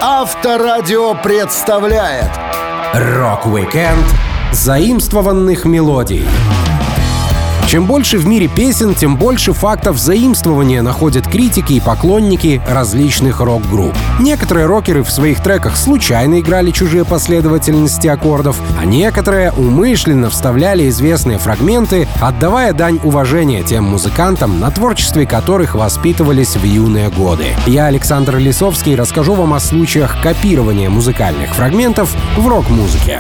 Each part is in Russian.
Авторадио представляет Рок-викенд заимствованных мелодий. Чем больше в мире песен, тем больше фактов заимствования находят критики и поклонники различных рок-групп. Некоторые рокеры в своих треках случайно играли чужие последовательности аккордов, а некоторые умышленно вставляли известные фрагменты, отдавая дань уважения тем музыкантам, на творчестве которых воспитывались в юные годы. Я, Александр Лисовский, расскажу вам о случаях копирования музыкальных фрагментов в рок-музыке.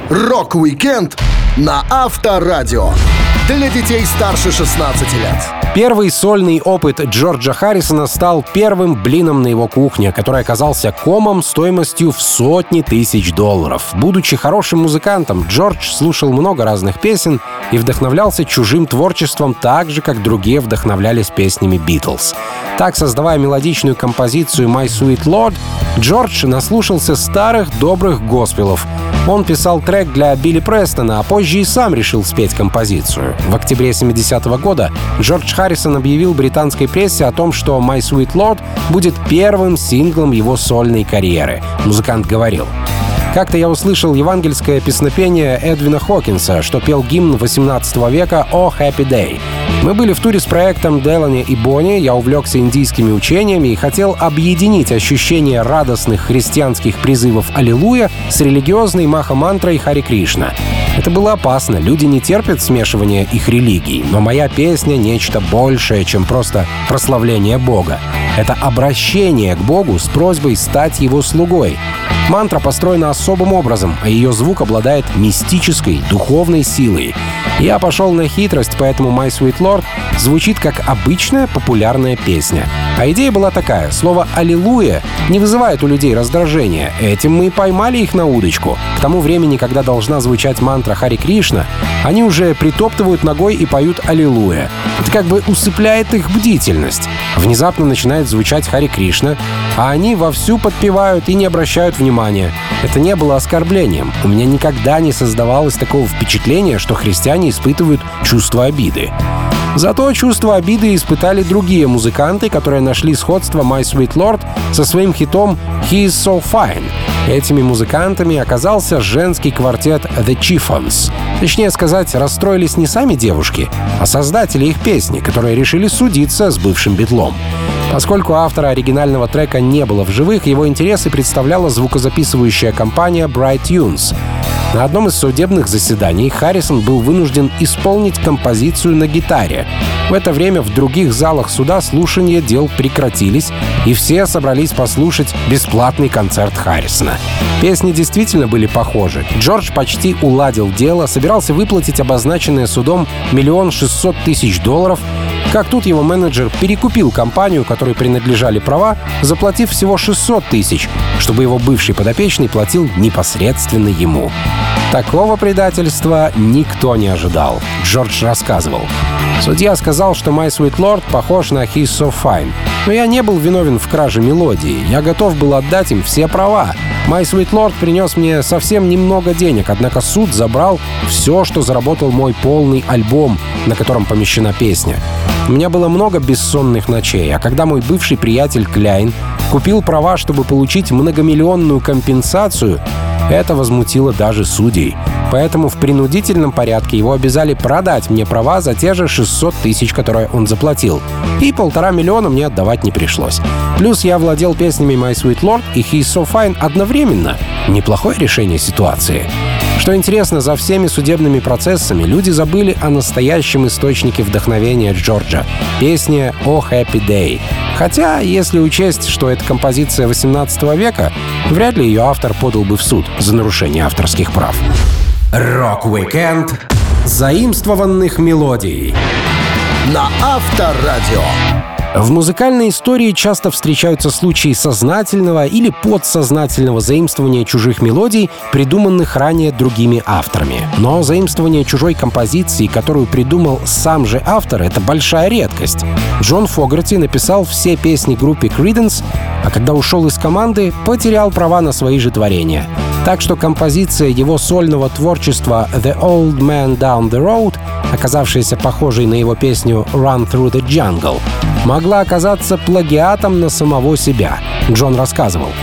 Рок-викенд на Авторадио. Для детей старше 16 лет. Первый сольный опыт Джорджа Харрисона стал первым блином на его кухне, который оказался комом стоимостью в сотни тысяч долларов. Будучи хорошим музыкантом, Джордж слушал много разных песен и вдохновлялся чужим творчеством так же, как другие вдохновлялись песнями Битлз. Так, создавая мелодичную композицию «My Sweet Lord», Джордж наслушался старых добрых госпелов. Он писал трек для Билли Престона, а позже и сам решил спеть композицию. В октябре 70-го года Джордж Харрисон объявил британской прессе о том, что «My Sweet Lord» будет первым синглом его сольной карьеры. Музыкант говорил: «Как-то я услышал евангельское песнопение Эдвина Хокинса, что пел гимн 18 века «О Happy Day». Мы были в туре с проектом Делани и Бонни, я увлекся индийскими учениями и хотел объединить ощущение радостных христианских призывов «Аллилуйя» с религиозной маха-мантрой «Хари Кришна». Это было опасно, люди не терпят смешивания их религий, но моя песня — нечто большее, чем просто прославление Бога. Это обращение к Богу с просьбой стать Его слугой. Мантра построена особым образом, а ее звук обладает мистической, духовной силой. Я пошел на хитрость, поэтому «My Sweet Lord» звучит как обычная популярная песня. А идея была такая: слово «Аллилуйя» не вызывает у людей раздражения. Этим мы и поймали их на удочку. К тому времени, когда должна звучать мантра «Хари Кришна», они уже притоптывают ногой и поют «Аллилуйя». Это как бы усыпляет их бдительность. Внезапно начинает звучать «Хари Кришна», а они вовсю подпевают и не обращают внимания. Это не было оскорблением. У меня никогда не создавалось такого впечатления, что христиане испытывают чувство обиды. Зато чувство обиды испытали другие музыканты, которые нашли сходство «My Sweet Lord» со своим хитом «He is so fine». Этими музыкантами оказался женский квартет The Chiffons. Точнее сказать, расстроились не сами девушки, а создатели их песни, которые решили судиться с бывшим битлом. Поскольку автора оригинального трека не было в живых, его интересы представляла звукозаписывающая компания Bright Tunes. На одном из судебных заседаний Харрисон был вынужден исполнить композицию на гитаре. В это время в других залах суда слушания дел прекратились, и все собрались послушать бесплатный концерт Харрисона. Песни действительно были похожи. Джордж почти уладил дело, собирался выплатить обозначенное судом $1 600 000, как тут его менеджер перекупил компанию, которой принадлежали права, заплатив всего 600 000, чтобы его бывший подопечный платил непосредственно ему. Такого предательства никто не ожидал. Джордж рассказывал: «Судья сказал, что «My Sweet Lord» похож на «He's so fine». Но я не был виновен в краже мелодии. Я готов был отдать им все права. «My Sweet Lord» принес мне совсем немного денег, однако суд забрал все, что заработал мой полный альбом, на котором помещена песня. У меня было много бессонных ночей, а когда мой бывший приятель Кляйн купил права, чтобы получить многомиллионную компенсацию, это возмутило даже судей. Поэтому в принудительном порядке его обязали продать мне права за те же 600 000, которые он заплатил. И $1,5 миллиона мне отдавать не пришлось. Плюс я владел песнями «My Sweet Lord» и «He's so fine» одновременно. Неплохое решение ситуации. Что интересно, за всеми судебными процессами люди забыли о настоящем источнике вдохновения Джорджа — песне «О Happy Day». Хотя, если учесть, что это композиция 18 века, вряд ли ее автор подал бы в суд за нарушение авторских прав. Рок-викенд заимствованных мелодий На Авторадио. В музыкальной истории часто встречаются случаи сознательного или подсознательного заимствования чужих мелодий, придуманных ранее другими авторами. Но заимствование чужой композиции, которую придумал сам же автор, — это большая редкость. Джон Фогерти написал все песни группе Creedence, а когда ушел из команды, потерял права на свои же творения. Так что композиция его сольного творчества «The Old Man Down the Road», оказавшаяся похожей на его песню «Run Through the Jungle», могла оказаться плагиатом на самого себя. Джон рассказывал: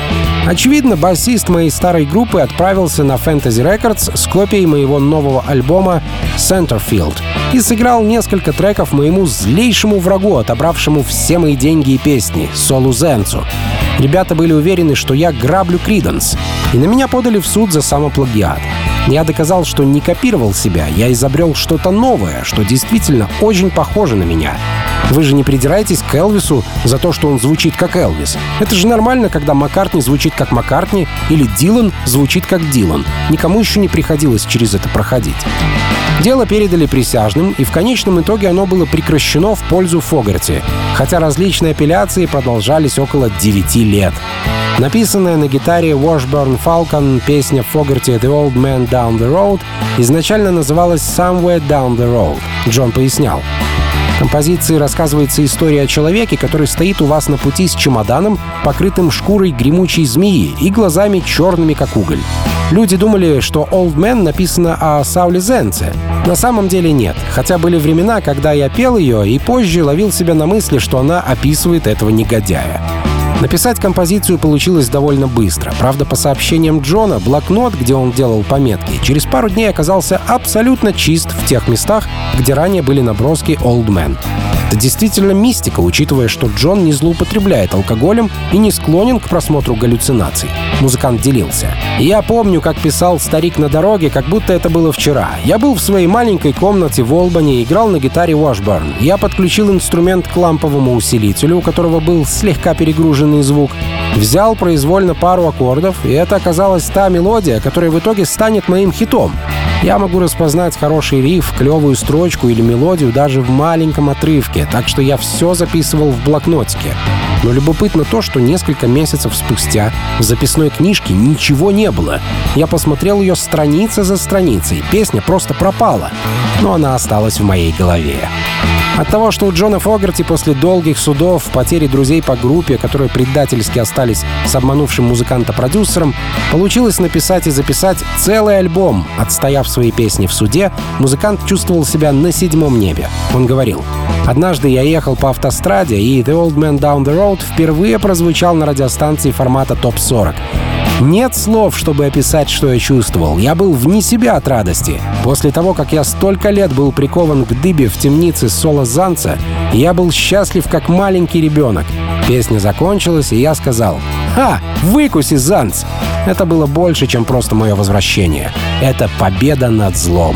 Очевидно, басист моей старой группы отправился на Fantasy Records с копией моего нового альбома Centerfield и сыграл несколько треков моему злейшему врагу, отобравшему все мои деньги и песни — Солу Зенцу. Ребята были уверены, что я граблю Creedence, и на меня подали в суд за самоплагиат. Я доказал, что не копировал себя, я изобрел что-то новое, что действительно очень похоже на меня. Вы же не придираетесь к Элвису за то, что он звучит как Элвис. Это же нормально, когда Маккартни звучит как Маккартни или Дилан звучит как Дилан. Никому еще не приходилось через это проходить. Дело передали присяжным, и в конечном итоге оно было прекращено в пользу Фогерти, хотя различные апелляции продолжались около 9 лет. Написанная на гитаре Washburn Falcon песня Фогерти «The Old Man Down the Road» изначально называлась «Somewhere Down the Road». Джон пояснял. В композиции рассказывается история о человеке, который стоит у вас на пути с чемоданом, покрытым шкурой гремучей змеи и глазами черными, как уголь. Люди думали, что «Old Man» написано о Сауле Зенце. На самом деле нет, хотя были времена, когда я пел ее и позже ловил себя на мысли, что она описывает этого негодяя. Написать композицию получилось довольно быстро. Правда, по сообщениям Джона, блокнот, где он делал пометки, через пару дней оказался абсолютно чист в тех местах, где ранее были наброски «Old Man». Это действительно мистика, учитывая, что Джон не злоупотребляет алкоголем и не склонен к просмотру галлюцинаций. Музыкант делился. «Я помню, как писал «Старик на дороге», как будто это было вчера. Я был в своей маленькой комнате в Олбани и играл на гитаре Washburn. Я подключил инструмент к ламповому усилителю, у которого был слегка перегруженный звук. Взял произвольно пару аккордов, и это оказалась та мелодия, которая в итоге станет моим хитом. Я могу распознать хороший риф, клевую строчку или мелодию даже в маленьком отрывке, так что я все записывал в блокнотике. Но любопытно то, что несколько месяцев спустя в записной книжке ничего не было. Я посмотрел ее страница за страницей, песня просто пропала, но она осталась в моей голове». От того, что у Джона Фогерти после долгих судов, потери друзей по группе, которые предательски остались с обманувшим музыканта-продюсером, получилось написать и записать целый альбом. Отстояв свои песни в суде, музыкант чувствовал себя на 7-м небе. Он говорил: «Однажды я ехал по автостраде, и «The Old Man Down the Road» впервые прозвучал на радиостанции формата ТОП-40. Нет слов, чтобы описать, что я чувствовал. Я был вне себя от радости. После того, как я столько лет был прикован к дыбе в темнице Соло Занца, я был счастлив, как маленький ребенок. Песня закончилась, и я сказал: «Ха! Выкуси, Занц!» Это было больше, чем просто мое возвращение. Это победа над злом.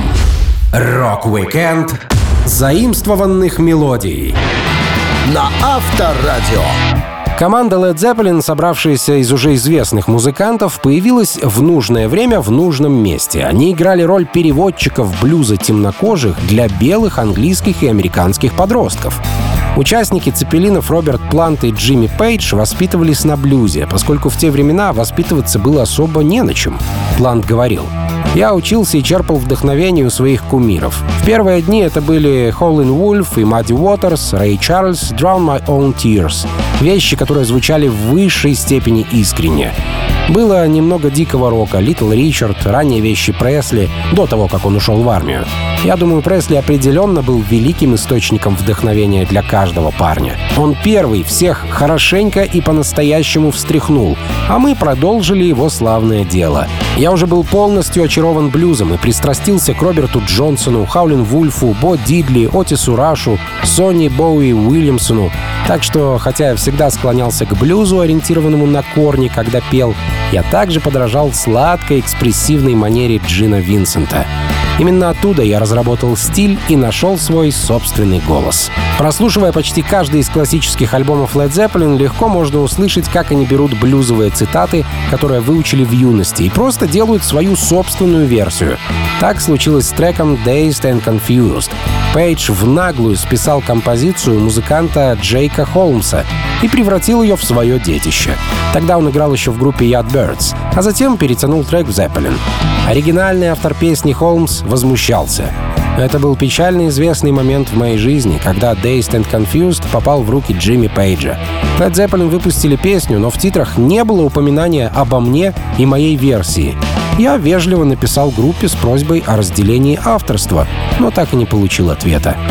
Рок-уикенд заимствованных мелодий На Авторадио. Команда Led Zeppelin, собравшаяся из уже известных музыкантов, появилась в нужное время в нужном месте. Они играли роль переводчиков блюза темнокожих для белых английских и американских подростков. Участники Цеппелинов Роберт Плант и Джимми Пейдж воспитывались на блюзе, поскольку в те времена воспитываться было особо не на чем. Плант говорил: «Я учился и черпал вдохновение у своих кумиров. В первые дни это были Howlin' Wolf и Muddy Waters, Ray Charles, Drown My Own Tears. Вещи, которые звучали в высшей степени искренне. Было немного дикого рока, Литл Ричард, ранние вещи Пресли, до того, как он ушел в армию. Я думаю, Пресли определенно был великим источником вдохновения для каждого парня. Он первый всех хорошенько и по-настоящему встряхнул, а мы продолжили его славное дело. Я уже был полностью очарован блюзом и пристрастился к Роберту Джонсону, Хаулин Вульфу, Бо Дидли, Отису Рашу, Сонни Боуи Уильямсону. Так что, хотя я всегда склонялся к блюзу, ориентированному на корни, когда пел, я также подражал сладкой, экспрессивной манере Джина Винсента. Именно оттуда я разработал стиль и нашел свой собственный голос. Прослушивая почти каждый из классических альбомов Led Zeppelin, легко можно услышать, как они берут блюзовые цитаты, которые выучили в юности, и просто делают свою собственную версию. Так случилось с треком «Dazed and Confused». Пейдж в наглую списал композицию музыканта Джейка Холмса и превратил ее в свое детище. Тогда он играл еще в группе Yardbirds, а затем перетянул трек в Zeppelin. Оригинальный автор песни Холмс возмущался. Это был печально известный момент в моей жизни, когда «Dazed and Confused» попал в руки Джимми Пейджа. Led Zeppelin выпустили песню, но в титрах не было упоминания обо мне и моей версии. Я вежливо написал группе с просьбой о разделении авторства, но так и не получил ответа.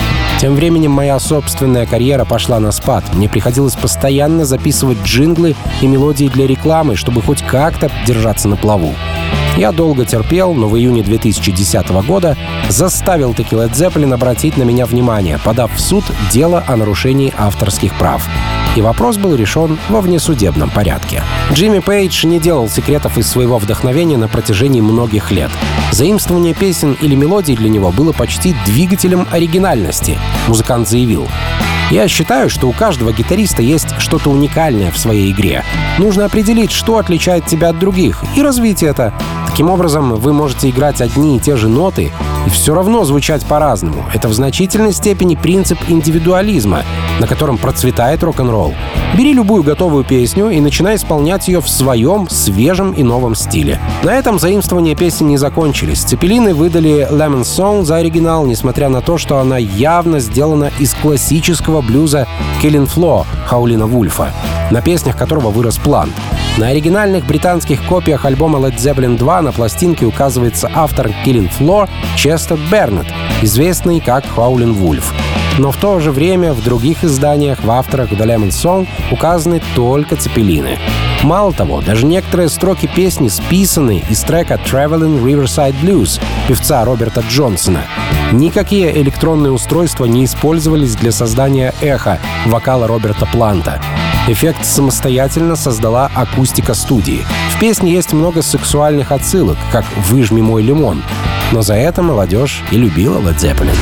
Тем временем моя собственная карьера пошла на спад. Мне приходилось постоянно записывать джинглы и мелодии для рекламы, чтобы хоть как-то держаться на плаву. Я долго терпел, но в июне 2010 года заставил таки Led Zeppelin обратить на меня внимание, подав в суд дело о нарушении авторских прав. И вопрос был решен во внесудебном порядке. Джимми Пейдж не делал секретов из своего вдохновения на протяжении многих лет. Заимствование песен или мелодий для него было почти двигателем оригинальности, музыкант заявил. «Я считаю, что у каждого гитариста есть что-то уникальное в своей игре. Нужно определить, что отличает тебя от других, и развить это. Таким образом, вы можете играть одни и те же ноты и все равно звучать по-разному. Это в значительной степени принцип индивидуализма, на котором процветает рок-н-ролл. Бери любую готовую песню и начинай исполнять ее в своем свежем и новом стиле». На этом заимствования песен не закончились. Цепелины выдали Lemon Song за оригинал, несмотря на то, что она явно сделана из классического блюза Killing Floor Хаулина Вульфа, на песнях которого вырос Плант. На оригинальных британских копиях альбома Led Zeppelin 2 на пластинке указывается автор Killing Floor Честер Бернетт, известный как Howlin' Wolf. Но в то же время в других изданиях в авторах The Lemon Song указаны только Цепелины. Мало того, даже некоторые строки песни списаны из трека Traveling Riverside Blues певца Роберта Джонсона. Никакие электронные устройства не использовались для создания эха вокала Роберта Планта. Эффект самостоятельно создала акустика студии. В песне есть много сексуальных отсылок, как «Выжми мой лимон». Но за это молодежь и любила Led Zeppelin.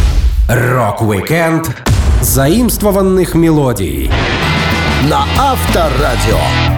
Рок-уикенд заимствованных мелодий На Авторадио.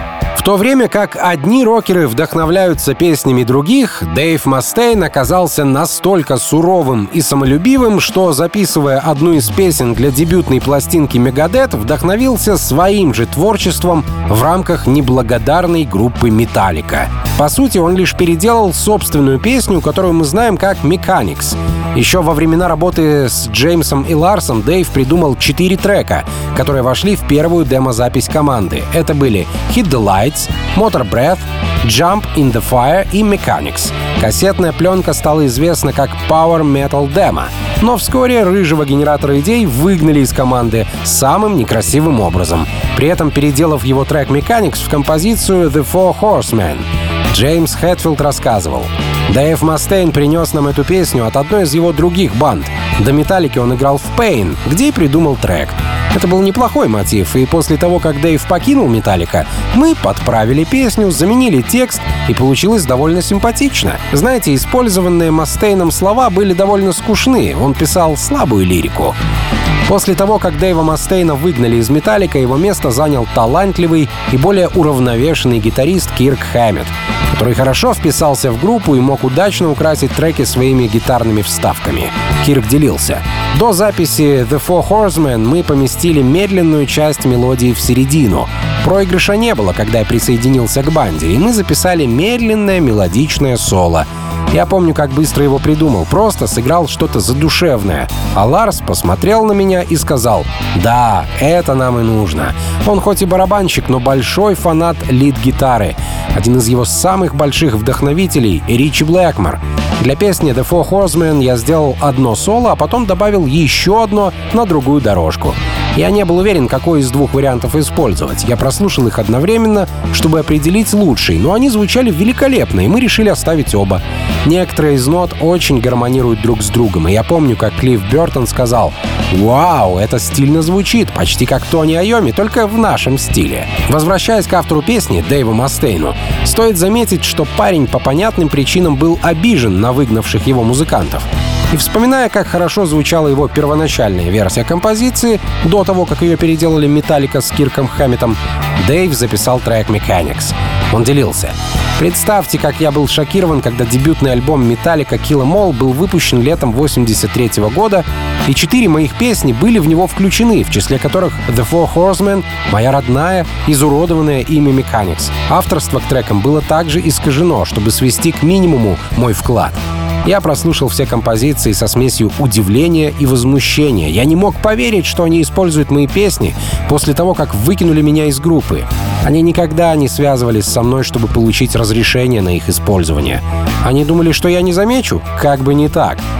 В то время как одни рокеры вдохновляются песнями других, Дэйв Мастейн оказался настолько суровым и самолюбивым, что, записывая одну из песен для дебютной пластинки Megadeth, вдохновился своим же творчеством в рамках неблагодарной группы Metallica. По сути, он лишь переделал собственную песню, которую мы знаем как Mechanics. Еще во времена работы с Джеймсом и Ларсом Дэйв придумал 4 трека, которые вошли в первую демозапись команды. Это были Hit the Lights, Motor Breath, Jump in the Fire и Mechanics. Кассетная пленка стала известна как Power Metal Demo, но вскоре рыжего генератора идей выгнали из команды самым некрасивым образом, при этом переделав его трек Mechanics в композицию The Four Horsemen. Джеймс Хэтфилд рассказывал: Дэйв Мастейн принес нам эту песню от одной из его других банд. До Металлики он играл в Pain, где и придумал трек. Это был неплохой мотив, и после того, как Дэйв покинул Металлика, мы подправили песню, заменили текст, и получилось довольно симпатично. Знаете, использованные Мастейном слова были довольно скучны, он писал слабую лирику. После того, как Дэйва Мастейна выгнали из Металлика, его место занял талантливый и более уравновешенный гитарист Кирк Хэммет, который хорошо вписался в группу и мог удачно украсить треки своими гитарными вставками. Кирк делился: до записи The Four Horsemen мы поместили медленную часть мелодии в середину. Проигрыша не было, когда я присоединился к банде, и мы записали медленное мелодичное соло. Я помню, как быстро его придумал. Просто сыграл что-то задушевное. А Ларс посмотрел на меня и сказал: «Да, это нам и нужно». Он хоть и барабанщик, но большой фанат лид-гитары. Один из его самых больших вдохновителей — Ричи Блэкмор. Для песни The Four Horsemen я сделал одно соло, а потом добавил еще одно на другую дорожку. Я не был уверен, какой из двух вариантов использовать. Я прослушал их одновременно, чтобы определить лучший, но они звучали великолепно, и мы решили оставить оба. Некоторые из нот очень гармонируют друг с другом, и я помню, как Клифф Бёртон сказал: «Вау, это стильно звучит, почти как Тони Айоми, только в нашем стиле». Возвращаясь к автору песни, Дэйву Мастейну, стоит заметить, что парень по понятным причинам был обижен на выгнавших его музыкантов. И вспоминая, как хорошо звучала его первоначальная версия композиции, до того, как ее переделали Металлика с Кирком Хэмметом, Дэйв записал трек Mechanics. Он делился: «Представьте, как я был шокирован, когда дебютный альбом Металлика Kill 'Em All был выпущен летом 1983 года, и 4 моих песни были в него включены, в числе которых The Four Horsemen, моя родная, изуродованная ими Mechanics. Авторство к трекам было также искажено, чтобы свести к минимуму мой вклад. Я прослушал все композиции со смесью удивления и возмущения. Я не мог поверить, что они используют мои песни после того, как выкинули меня из группы. Они никогда не связывались со мной, чтобы получить разрешение на их использование. Они думали, что я не замечу? Как бы не так.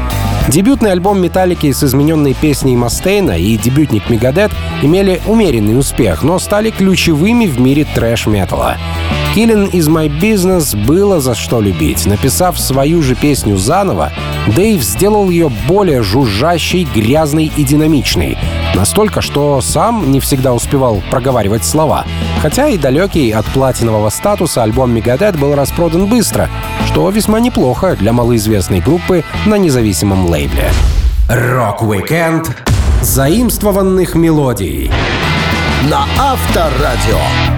Дебютный альбом Металлики с измененной песней Мастейна и дебютник Мегадет имели умеренный успех, но стали ключевыми в мире трэш-металла. «Killing is my business» было за что любить. Написав свою же песню заново, Дэйв сделал ее более жужжащей, грязной и динамичной. Настолько, что сам не всегда успевал проговаривать слова. Хотя и далекий от платинового статуса альбом Мегадет был распродан быстро, что весьма неплохо для малоизвестной группы на независимом лейбле. Рок-викенд заимствованных мелодий На Авторадио.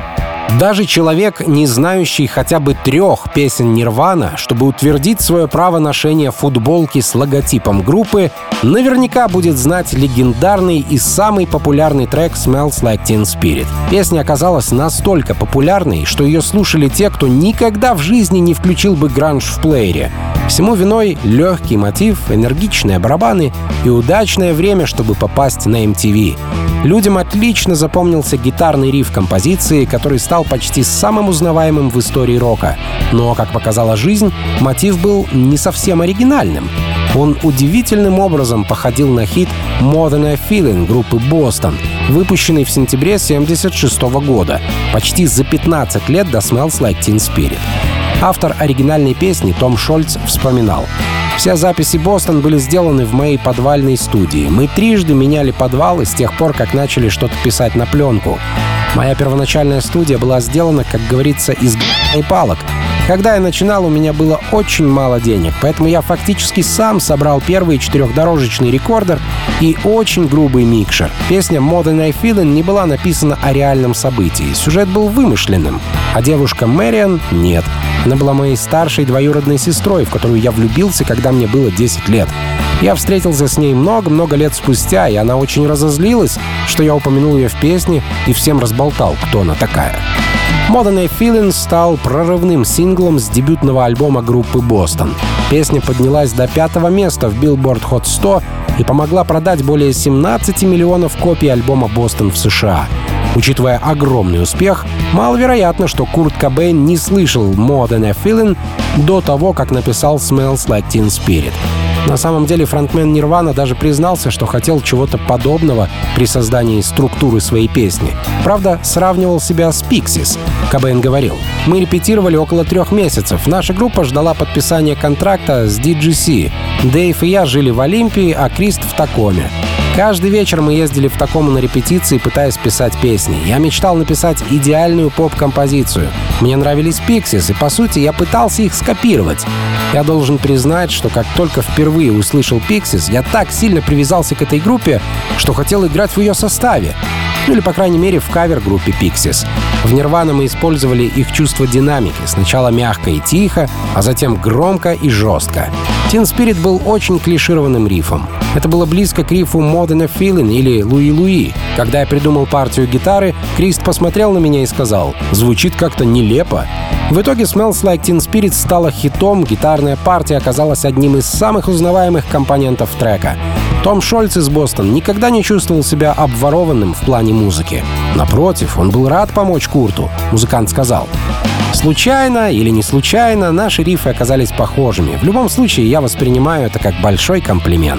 Даже человек, не знающий хотя бы 3 песен Нирвана, чтобы утвердить свое право ношения футболки с логотипом группы, наверняка будет знать легендарный и самый популярный трек «Smells Like Teen Spirit». Песня оказалась настолько популярной, что ее слушали те, кто никогда в жизни не включил бы гранж в плеере. Всему виной легкий мотив, энергичные барабаны и удачное время, чтобы попасть на MTV. Людям отлично запомнился гитарный риф композиции, который стал почти самым узнаваемым в истории рока. Но, как показала жизнь, мотив был не совсем оригинальным. Он удивительным образом походил на хит «More Than a Feeling» группы «Бостон», выпущенный в сентябре 1976 года, почти за 15 лет до «Smells Like Teen Spirit». Автор оригинальной песни Том Шольц вспоминал: «Все записи «Бостон» были сделаны в моей подвальной студии. Мы трижды меняли подвалы с тех пор, как начали что-то писать на пленку. Моя первоначальная студия была сделана, как говорится, из палок. Когда я начинал, у меня было очень мало денег, поэтому я фактически сам собрал первый 4-дорожечный рекордер и очень грубый микшер. Песня «More Than I Feelin'» не была написана о реальном событии. Сюжет был вымышленным, а девушка Мэриан — нет. Она была моей старшей двоюродной сестрой, в которую я влюбился, когда мне было 10 лет. Я встретился с ней много-много лет спустя, и она очень разозлилась, что я упомянул ее в песне и всем разболтал, кто она такая». «More Than I Feelin' стал прорывным синглом с дебютного альбома группы «Бостон». Песня поднялась до 5-го места в Billboard Hot 100 и помогла продать более 17 миллионов копий альбома «Бостон» в США. Учитывая огромный успех, маловероятно, что Курт Кобейн не слышал «More Than I Feelin' до того, как написал «Smells Like Teen Spirit». На самом деле фронтмен Нирвана даже признался, что хотел чего-то подобного при создании структуры своей песни. Правда, сравнивал себя с Pixies. Кобейн говорил: «Мы репетировали около 3 месяцев. Наша группа ждала подписания контракта с DGC. Дэйв и я жили в Олимпии, а Крист в Такоме. Каждый вечер мы ездили в Такому на репетиции, пытаясь писать песни. Я мечтал написать идеальную поп-композицию. Мне нравились Pixies, и, по сути, я пытался их скопировать. Я должен признать, что как только впервые услышал Pixies, я так сильно привязался к этой группе, что хотел играть в ее составе. Ну или, по крайней мере, в кавер-группе Pixies. В Nirvana мы использовали их чувство динамики. Сначала мягко и тихо, а затем громко и жестко. Teen Spirit был очень клишированным рифом. Это было близко к рифу «More Than a Feeling» или «Луи Луи». Когда я придумал партию гитары, Крист посмотрел на меня и сказал: «Звучит как-то нелепо». В итоге «Smells Like Teen Spirit» стала хитом, гитарная партия оказалась одним из самых узнаваемых компонентов трека. Том Шольц из «Бостон» никогда не чувствовал себя обворованным в плане музыки. Напротив, он был рад помочь Курту. Музыкант сказал: «Случайно или не случайно наши рифы оказались похожими. В любом случае, я воспринимаю это как большой комплимент».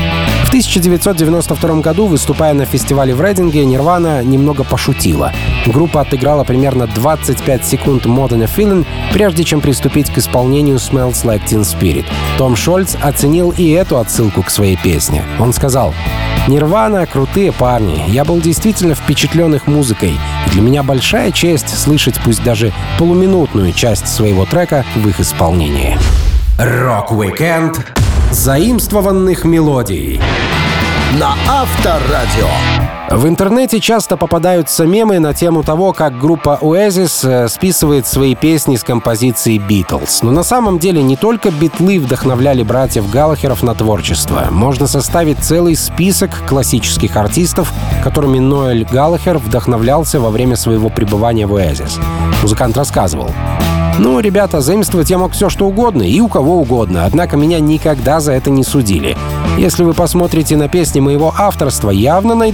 В 1992 году, выступая на фестивале в Рейдинге, Нирвана немного пошутила. Группа отыграла примерно 25 секунд «More Than a Feeling», прежде чем приступить к исполнению «Smells Like Teen Spirit». Том Шольц оценил и эту отсылку к своей песне. Он сказал: «Нирвана — крутые парни. Я был действительно впечатлен их музыкой. И для меня большая честь слышать пусть даже полуминутную часть своего трека в их исполнении». Рок-викенд заимствованных мелодий На Авторадио. В интернете часто попадаются мемы на тему того, как группа Oasis списывает свои песни с композицией Beatles. Но на самом деле не только битлы вдохновляли братьев Галлахеров на творчество. Можно составить целый список классических артистов, которыми Ноэль Галлахер вдохновлялся во время своего пребывания в Oasis. Музыкант рассказывал: «Ну, ребята, заимствовать я мог все что угодно и у кого угодно, однако меня никогда за это не судили. Если вы посмотрите на песни моего авторства, явно найдете там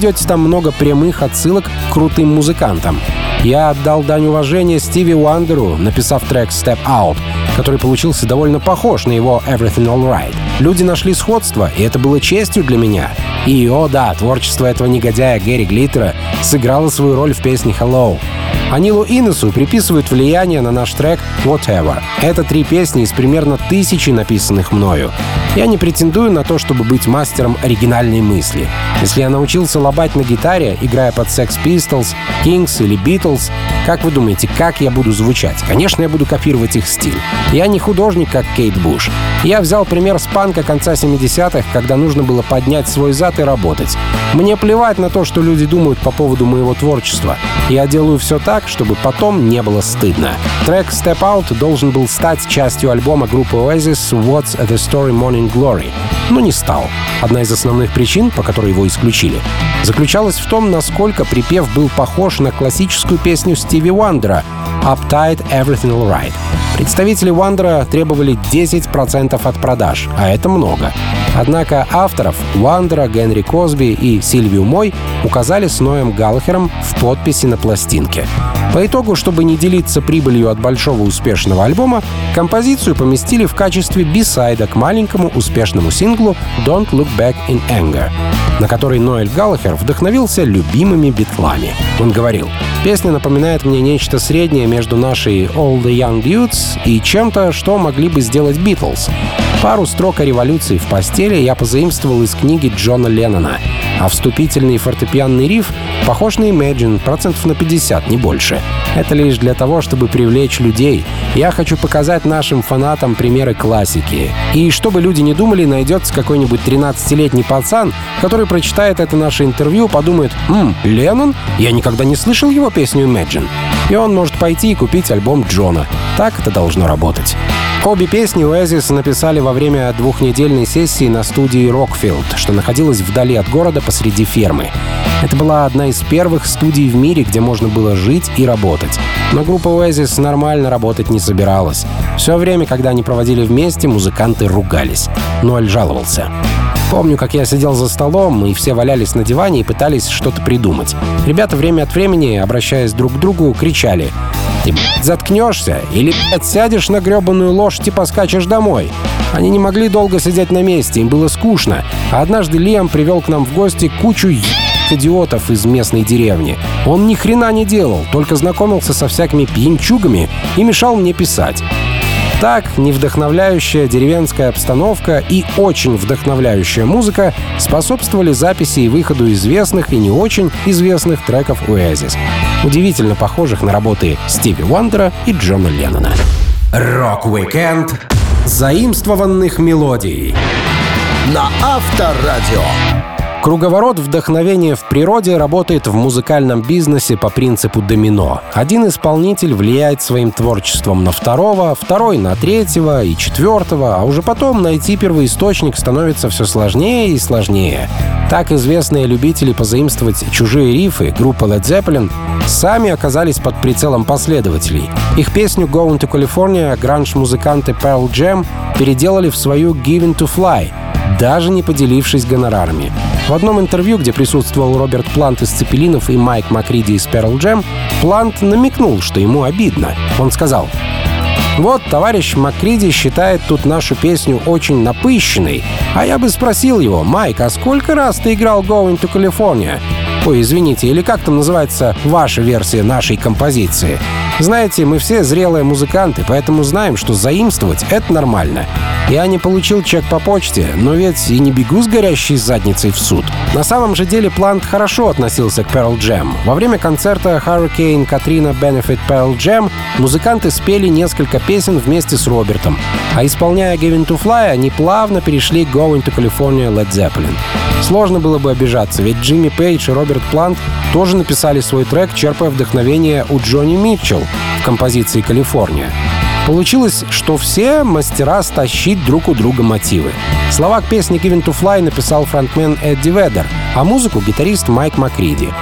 много прямых отсылок к крутым музыкантам. Я отдал дань уважения Стиви Уандеру, написав трек «Step Out», который получился довольно похож на его «Everything Alright». Люди нашли сходство, и это было честью для меня. И, о да, творчество этого негодяя Гэри Глиттера сыграло свою роль в песне «Hello». А Нилу Иннесу приписывают влияние на наш трек «Whatever». Это 3 песни из примерно 1000 написанных мною. Я не претендую на то, чтобы быть мастером оригинальной мысли. Если я научился лобать на гитаре, играя под Sex Pistols, Kings или Beatles, как вы думаете, как я буду звучать? Конечно, я буду копировать их стиль. Я не художник, как Кейт Буш. Я взял пример с панка конца 70-х, когда нужно было поднять свой зад и работать. Мне плевать на то, что люди думают по поводу моего творчества. Я делаю все так, чтобы потом не было стыдно. Трек «Step Out» должен был стать частью альбома группы Oasis «What's the Story Morning Glory», но не стал. Одна из основных причин, по которой его исключили, заключалась в том, насколько припев был похож на классическую песню Стиви Уандера «Uptight, Everything Alright». Представители Уандера требовали 10% от продаж, а это много. Однако авторов Уандера, Генри Косби и Сильвию Мой указали с Ноем Галлахером в подписи на пластинке. По итогу, чтобы не делиться прибылью от большого успешного альбома, композицию поместили в качестве би-сайда к маленькому успешному синглу «Don't Look Back in Anger», на который Ноэль Галлахер вдохновился любимыми битлами. Он говорил: «Песня напоминает мне нечто среднее между нашей All the Young Dudes и чем-то, что могли бы сделать Битлз. Пару строк о революции в постели я позаимствовал из книги Джона Леннона, а вступительный фортепианный риф похож на Imagine, процентов на 50, не больше. Это лишь для того, чтобы привлечь людей. Я хочу показать нашим фанатам примеры классики. И чтобы люди не думали, найдется какой-нибудь 13-летний пацан, который прочитает это наше интервью, подумает: Леннон? Я никогда не слышал его песню Imagine». И он может пойти и купить альбом Джона. Так это должно работать. Обе песни Oasis написали во время 2-недельной сессии на студии Rockfield, что находилась вдали от города посреди фермы. Это была одна из первых студий в мире, где можно было жить и работать. Но группа Oasis нормально работать не собиралась. Все время, когда они проводили вместе, музыканты ругались. Ноэль жаловался: «Помню, как я сидел за столом, и все валялись на диване и пытались что-то придумать. Ребята время от времени, обращаясь друг к другу, кричали: «Ты, заткнешься? Или, сядешь на гребаную лошадь и поскачешь домой?» Они не могли долго сидеть на месте, им было скучно. А однажды Лиам привел к нам в гости кучу идиотов из местной деревни. Он ни хрена не делал, только знакомился со всякими пьянчугами и мешал мне писать». Так, невдохновляющая деревенская обстановка и очень вдохновляющая музыка способствовали записи и выходу известных и не очень известных треков Oasis, удивительно похожих на работы Стиви Уандера и Джона Леннона. Рок-викенд заимствованных мелодий На Авторадио. Круговорот вдохновения в природе работает в музыкальном бизнесе по принципу домино. Один исполнитель влияет своим творчеством на второго, второй на третьего и четвертого, а уже потом найти первоисточник становится все сложнее и сложнее. Так известные любители позаимствовать чужие рифы, группа Led Zeppelin, сами оказались под прицелом последователей. Их песню «Going to California» гранж-музыканты Pearl Jam переделали в свою «Given to Fly», даже не поделившись гонорарами. В одном интервью, где присутствовал Роберт Плант из Цепелинов и Майк Макриди из Pearl Jam, Плант намекнул, что ему обидно. Он сказал: «Вот, товарищ Макриди считает тут нашу песню очень напыщенной, а я бы спросил его: Майк, а сколько раз ты играл Going to California? Ой, извините, или как там называется ваша версия нашей композиции? Знаете, мы все зрелые музыканты, поэтому знаем, что заимствовать — это нормально. Я не получил чек по почте, но ведь и не бегу с горящей задницей в суд». На самом же деле Плант хорошо относился к Pearl Jam. Во время концерта Hurricane Katrina Benefit Pearl Jam музыканты спели несколько песен вместе с Робертом, а исполняя Given to Fly, они плавно перешли к Going to California Led Zeppelin. Сложно было бы обижаться, ведь Джимми Пейдж и Роберт Плант тоже написали свой трек, черпая вдохновение у Джонни Митчелл в композиции «Калифорния». Получилось, что все мастера стащить друг у друга мотивы. Слова к песне «Given to Fly» написал фронтмен Эдди Веддер, а музыку — гитарист Майк Макриди.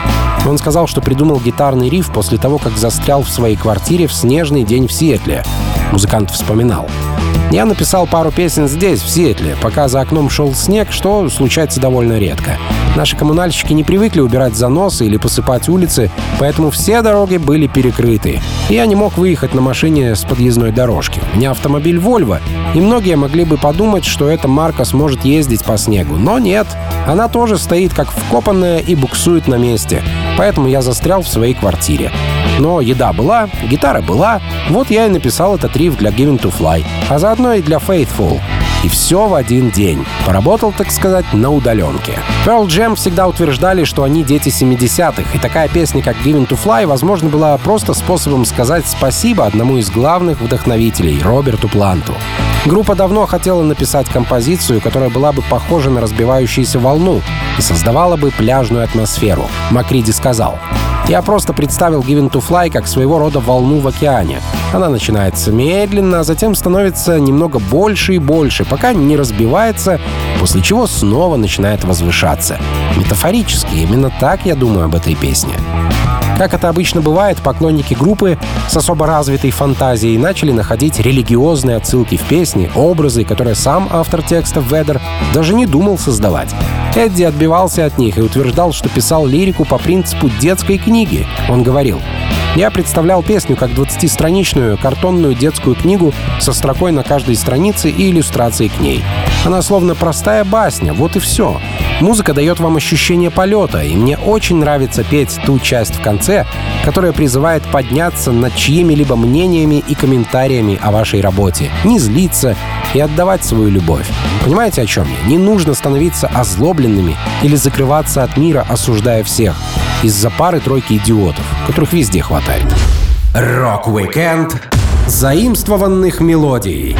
Он сказал, что придумал гитарный риф после того, как застрял в своей квартире в снежный день в Сиэтле. Музыкант вспоминал: «Я написал пару песен здесь, в Сиэтле, пока за окном шел снег, что случается довольно редко. Наши коммунальщики не привыкли убирать заносы или посыпать улицы, поэтому все дороги были перекрыты. И я не мог выехать на машине с подъездной дорожки. У меня автомобиль Volvo, и многие могли бы подумать, что эта марка сможет ездить по снегу. Но нет, она тоже стоит как вкопанная и буксует на месте. Поэтому я застрял в своей квартире. Но еда была, гитара была, вот я и написал этот риф для Given to Fly, а заодно и для Faithful. И все в один день. Поработал, так сказать, на удаленке». Pearl Jam всегда утверждали, что они дети 70-х, и такая песня, как Given to Fly, возможно, была просто способом сказать спасибо одному из главных вдохновителей — Роберту Планту. Группа давно хотела написать композицию, которая была бы похожа на разбивающуюся волну и создавала бы пляжную атмосферу. Макриди сказал: «Я просто представил Given to Fly как своего рода волну в океане. Она начинается медленно, а затем становится немного больше и больше, пока не разбивается, после чего снова начинает возвышаться. Метафорически, именно так я думаю об этой песне». Как это обычно бывает, поклонники группы с особо развитой фантазией начали находить религиозные отсылки в песне, образы, которые сам автор текста Ведер даже не думал создавать. Эдди отбивался от них и утверждал, что писал лирику по принципу детской книги. Он говорил: «Я представлял песню как 20-страничную картонную детскую книгу со строкой на каждой странице и иллюстрацией к ней. Она словно простая басня, вот и все. Музыка дает вам ощущение полета, и мне очень нравится петь ту часть в конце, которая призывает подняться над чьими-либо мнениями и комментариями о вашей работе, не злиться и отдавать свою любовь. Понимаете, о чем я? Не нужно становиться озлобленными или закрываться от мира, осуждая всех из-за пары-тройки идиотов, которых везде хватает». Рок-уикенд заимствованных мелодий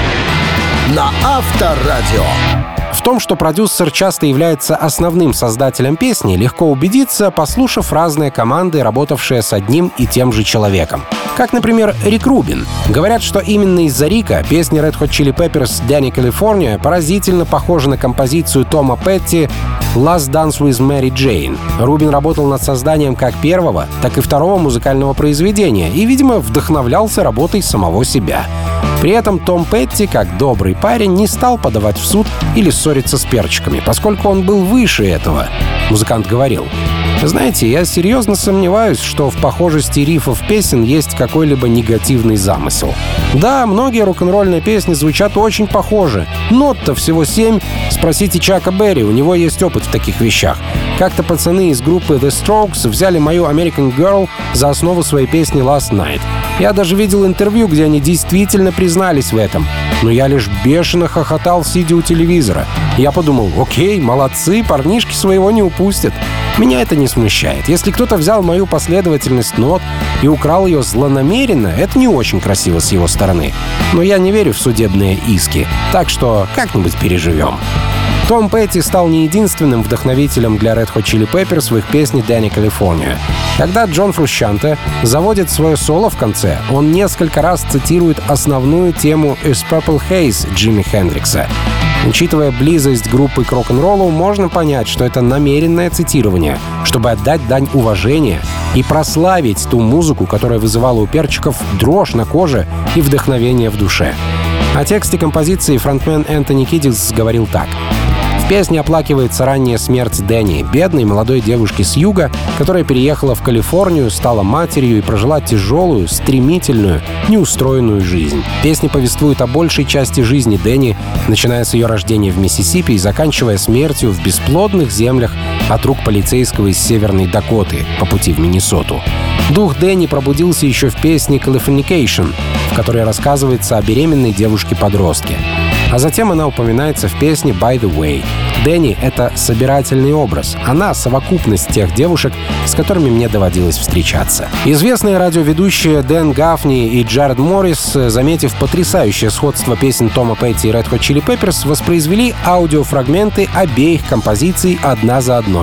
На Авторадио. В том, что продюсер часто является основным создателем песни, легко убедиться, послушав разные команды, работавшие с одним и тем же человеком. Как, например, Рик Рубин. Говорят, что именно из-за Рика песня Red Hot Chili Peppers «Danny California» поразительно похожа на композицию Тома Петти «Last Dance with Mary Jane». Рубин работал над созданием как первого, так и второго музыкального произведения и, видимо, вдохновлялся работой самого себя. При этом Том Петти, как добрый парень, не стал подавать в суд или ссориться с перчиками, поскольку он был выше этого. Музыкант говорил: «Знаете, я серьезно сомневаюсь, что в похожести рифов песен есть какой-либо негативный замысел. Да, многие рок-н-ролльные песни звучат очень похожи. Нот-то всего 7. Спросите Чака Берри, у него есть опыт в таких вещах. Как-то пацаны из группы The Strokes взяли мою American Girl за основу своей песни Last Night. Я даже видел интервью, где они действительно признались в этом. Но я лишь бешено хохотал, сидя у телевизора. Я подумал: окей, молодцы, парнишки своего не упустят. Меня это не смущает. Если кто-то взял мою последовательность нот и украл ее злонамеренно, это не очень красиво с его стороны. Но я не верю в судебные иски, так что как-нибудь переживем». Том Петти стал не единственным вдохновителем для Red Hot Chili Peppers в их песне «Danny California». Когда Джон Фрусчанте заводит свое соло в конце, он несколько раз цитирует основную тему «Is Purple Haze» Джимми Хендрикса. Учитывая близость группы к рок-н-роллу, можно понять, что это намеренное цитирование, чтобы отдать дань уважения и прославить ту музыку, которая вызывала у перчиков дрожь на коже и вдохновение в душе. О тексте композиции фронтмен Энтони Киддис говорил так: «В песне оплакивается ранняя смерть Дэнни, бедной молодой девушки с юга, которая переехала в Калифорнию, стала матерью и прожила тяжелую, стремительную, неустроенную жизнь. Песня повествует о большей части жизни Дэнни, начиная с ее рождения в Миссисипи и заканчивая смертью в бесплодных землях от рук полицейского из Северной Дакоты по пути в Миннесоту. Дух Дэнни пробудился еще в песне «Californication», в которой рассказывается о беременной девушке-подростке. А затем она упоминается в песне «By the Way». Дэнни — это собирательный образ. Она — совокупность тех девушек, с которыми мне доводилось встречаться. Известные радиоведущие Дэн Гафни и Джаред Моррис, заметив потрясающее сходство песен Тома Петти и Red Hot Chili Peppers, воспроизвели аудиофрагменты обеих композиций одна за одной.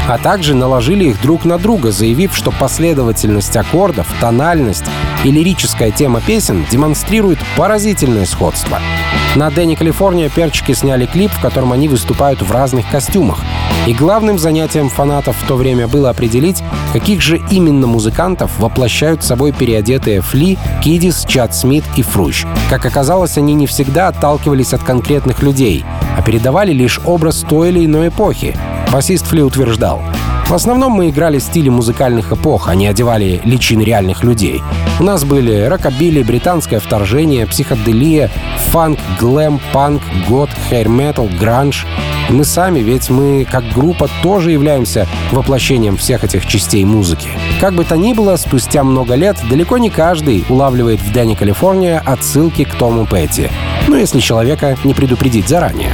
а также наложили их друг на друга, заявив, что последовательность аккордов, тональность и лирическая тема песен демонстрируют поразительное сходство. На Дэнни Калифорния перчики сняли клип, в котором они выступают в разных костюмах. И главным занятием фанатов в то время было определить, каких же именно музыкантов воплощают собой переодетые Фли, Кидис, Чад Смит и Фрущ. Как оказалось, они не всегда отталкивались от конкретных людей, а передавали лишь образ той или иной эпохи. Басист Фли утверждал: «В основном мы играли стили музыкальных эпох, а не одевали личины реальных людей. У нас были рокобили, британское вторжение, психоделия, фанк, глэм, панк, гот, хэйр-метал, гранж. И мы сами, ведь мы, как группа, тоже являемся воплощением всех этих частей музыки». Как бы то ни было, спустя много лет далеко не каждый улавливает в Дэнни Калифорния отсылки к Тому Петти. Ну, если человека не предупредить заранее.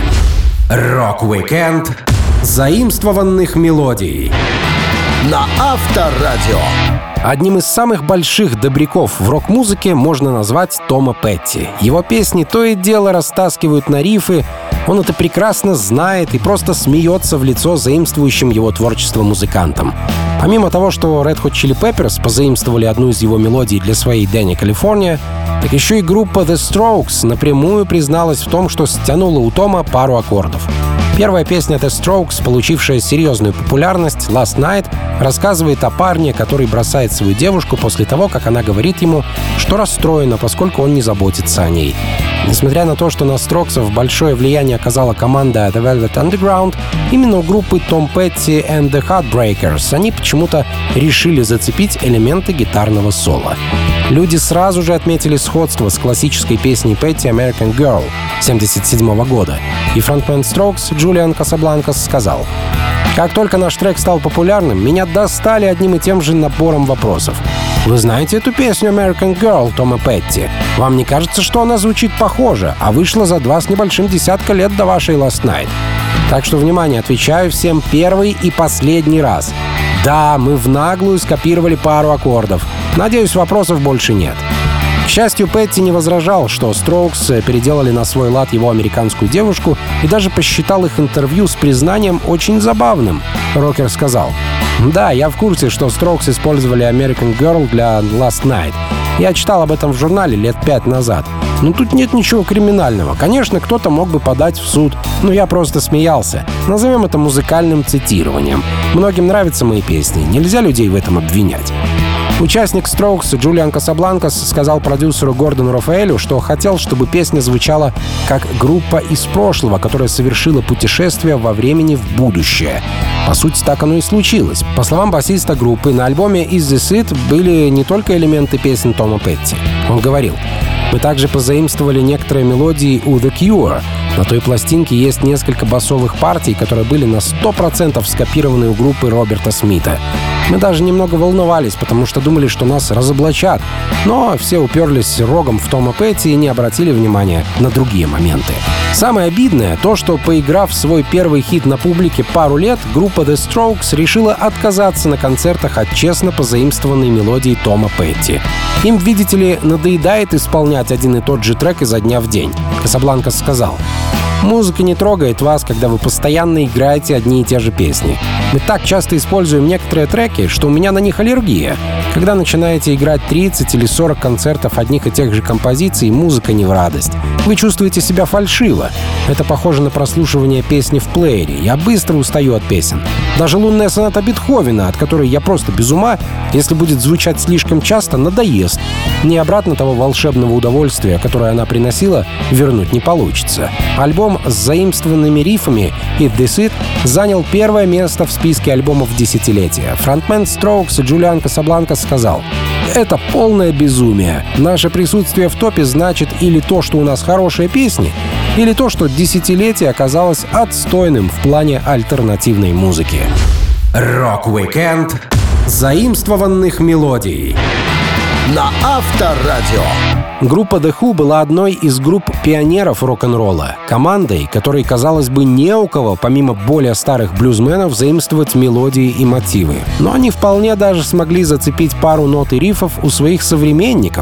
Рок-уикенд заимствованных мелодий На Авторадио. Одним из самых больших добряков в рок-музыке можно назвать Тома Петти. Его песни то и дело растаскивают на рифы, он это прекрасно знает и просто смеется в лицо заимствующим его творчество музыкантам. Помимо того, что Red Hot Chili Peppers позаимствовали одну из его мелодий для своей Дэнни Калифорния, так еще и группа The Strokes напрямую призналась в том, что стянула у Тома пару аккордов. Первая песня The Strokes, получившая серьезную популярность, Last Night, рассказывает о парне, который бросает свою девушку после того, как она говорит ему, что расстроена, поскольку он не заботится о ней. Несмотря на то, что на Строксов большое влияние оказала команда The Velvet Underground, именно у группы Tom Petty and the Heartbreakers они почему-то решили зацепить элементы гитарного соло. Люди сразу же отметили сходство с классической песней Петти «American Girl» 1977 года, и фронтмен Strokes Джулиан Касабланкас сказал: «Как только наш трек стал популярным, меня достали одним и тем же набором вопросов. Вы знаете эту песню «American Girl» Тома Петти? Вам не кажется, что она звучит похоже, а вышла за 2 с небольшим десятка лет до вашей Last Night? Так что, внимание, отвечаю всем первый и последний раз. Да, мы в наглую скопировали пару аккордов. Надеюсь, вопросов больше нет». К счастью, Петти не возражал, что Strokes переделали на свой лад его американскую девушку, и даже посчитал их интервью с признанием очень забавным. Рокер сказал: «Да, я в курсе, что Strokes использовали American Girl для Last Night. Я читал об этом в журнале лет 5 назад. Но тут нет ничего криминального. Конечно, кто-то мог бы подать в суд, но я просто смеялся. Назовем это музыкальным цитированием. Многим нравятся мои песни, нельзя людей в этом обвинять». Участник Strokes Джулиан Касабланкас сказал продюсеру Гордону Рафаэлю, что хотел, чтобы песня звучала как группа из прошлого, которая совершила путешествие во времени в будущее. По сути, так оно и случилось. По словам басиста группы, на альбоме «Is This It» были не только элементы песен Тома Петти. Он говорил: «Мы также позаимствовали некоторые мелодии у The Cure. На той пластинке есть несколько басовых партий, которые были на 100% скопированы у группы Роберта Смита. Мы даже немного волновались, потому что думали, что нас разоблачат. Но все уперлись рогом в Тома Петти и не обратили внимания на другие моменты». Самое обидное то, что, поиграв свой первый хит на публике пару лет, группа The Strokes решила отказаться на концертах от честно позаимствованной мелодии Тома Петти. Им, видите ли, надоедает исполнять один и тот же трек изо дня в день. Касабланкас сказал: «Музыка не трогает вас, когда вы постоянно играете одни и те же песни. Мы так часто используем некоторые треки, что у меня на них аллергия. Когда начинаете играть 30 или 40 концертов одних и тех же композиций, музыка не в радость. Вы чувствуете себя фальшиво. Это похоже на прослушивание песни в плеере. Я быстро устаю от песен. Даже лунная соната Бетховена, от которой я просто без ума, если будет звучать слишком часто, надоест. Мне обратно того волшебного удовольствия, которое она приносила, вернуть не получится». Альбом с заимствованными рифами «Is This It» занял первое место в списке альбомов десятилетия. Фронтмен Strokes Джулиан Касабланкас сказал: «Это полное безумие. Наше присутствие в топе значит или то, что у нас хорошие песни, или то, что десятилетие оказалось отстойным в плане альтернативной музыки». Рок-уикенд заимствованных мелодий На Авторадио. Группа The Who была одной из групп пионеров рок-н-ролла, командой, которой, казалось бы, не у кого, помимо более старых блюзменов, заимствовать мелодии и мотивы. Но они вполне даже смогли зацепить пару нот и рифов у своих современников.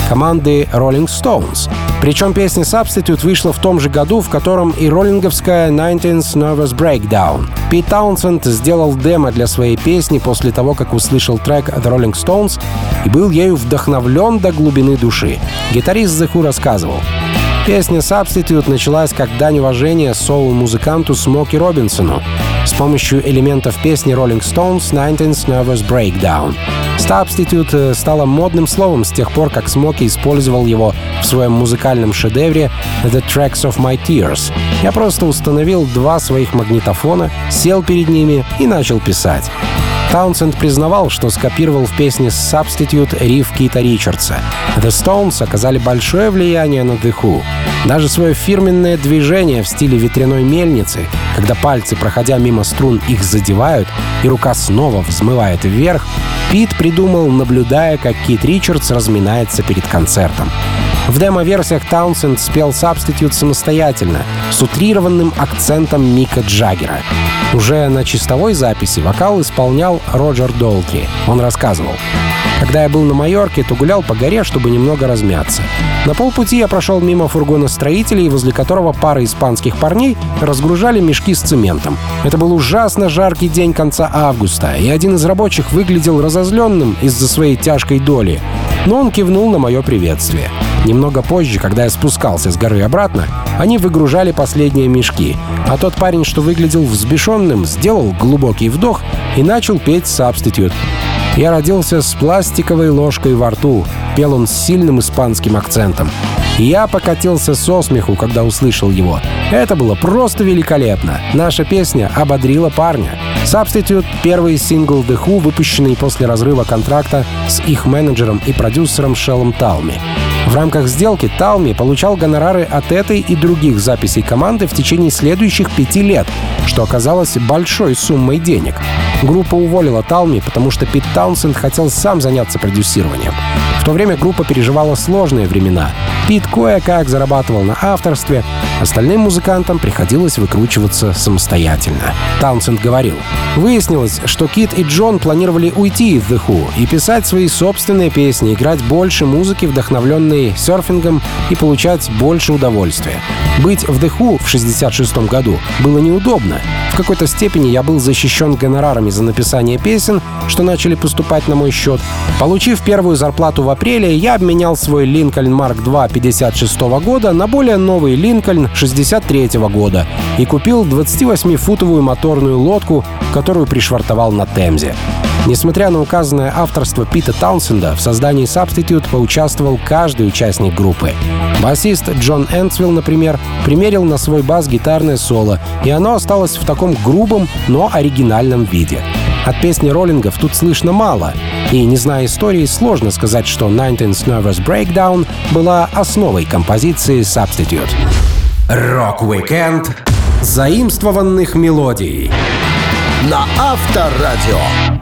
команды Rolling Stones. Причем песня Substitute вышла в том же году, в котором и роллинговская 19's Nervous Breakdown. Пит Таунсенд сделал демо для своей песни после того, как услышал трек The Rolling Stones и был ею вдохновлен до глубины души. Гитарист The Who рассказывал: песня Substitute началась как дань уважения соул-музыканту Смоки Робинсону с помощью элементов песни Rolling Stones 19's Nervous Breakdown. Substitute стало модным словом с тех пор, как Смоки использовал его в своем музыкальном шедевре The Tracks of My Tears. Я просто установил 2 своих магнитофона, сел перед ними и начал писать. Таунсенд признавал, что скопировал в песне Substitute риф Кита Ричардса. The Stones оказали большое влияние на The Who. Даже свое фирменное движение в стиле ветряной мельницы, когда пальцы, проходя мимо струн, их задевают, и рука снова взмывает вверх, Пит придумал, наблюдая, как Кит Ричардс разминается перед концертом. В демо-версиях Таунсенд спел Substitute самостоятельно, с утрированным акцентом Мика Джаггера. Уже на чистовой записи вокал исполнял Роджер Долтри. Он рассказывал: «Когда я был на Майорке, то гулял по горе, чтобы немного размяться. На полпути я прошел мимо фургона строителей, возле которого пара испанских парней разгружали мешки с цементом. Это был ужасно жаркий день конца августа, и один из рабочих выглядел разозленным из-за своей тяжкой доли. Но он кивнул на мое приветствие. Немного позже, когда я спускался с горы обратно, они выгружали последние мешки, а тот парень, что выглядел взбешенным, сделал глубокий вдох и начал петь Substitute. Я родился с пластиковой ложкой во рту», — пел он с сильным испанским акцентом. Я покатился со смеху, когда услышал его. Это было просто великолепно. Наша песня ободрила парня. Substitute — первый сингл The Who, выпущенный после разрыва контракта с их менеджером и продюсером Шеллом Талми. В рамках сделки Талми получал гонорары от этой и других записей команды в течение следующих 5 лет, что оказалось большой суммой денег. Группа уволила Талми, потому что Пит Таунсенд хотел сам заняться продюсированием. В то время группа переживала сложные времена. Пит кое-как зарабатывал на авторстве, остальным музыкантам приходилось выкручиваться самостоятельно. Таунсенд говорил: «Выяснилось, что Кит и Джон планировали уйти из The Who и писать свои собственные песни, играть больше музыки, вдохновленной серфингом, и получать больше удовольствия. Быть в The Who в 1966 году было неудобно. В какой-то степени я был защищен гонорарами за написание песен, что начали поступать на мой счет. Получив первую зарплату в апреле, я обменял свой Линкольн Марк II 1956 года на более новый Линкольн 1963 года и купил 28-футовую моторную лодку, которую пришвартовал на Темзе». Несмотря на указанное авторство Пита Таунсенда, в создании Substitute поучаствовал каждый участник группы. Басист Джон Энтвилл, например, примерил на свой бас гитарное соло, и оно осталось в таком грубом, но оригинальном виде. От песни роллингов тут слышно мало, и, не зная истории, сложно сказать, что 19's Nervous Breakdown была основой композиции Substitute. Рок-викенд заимствованных мелодий на Авторадио.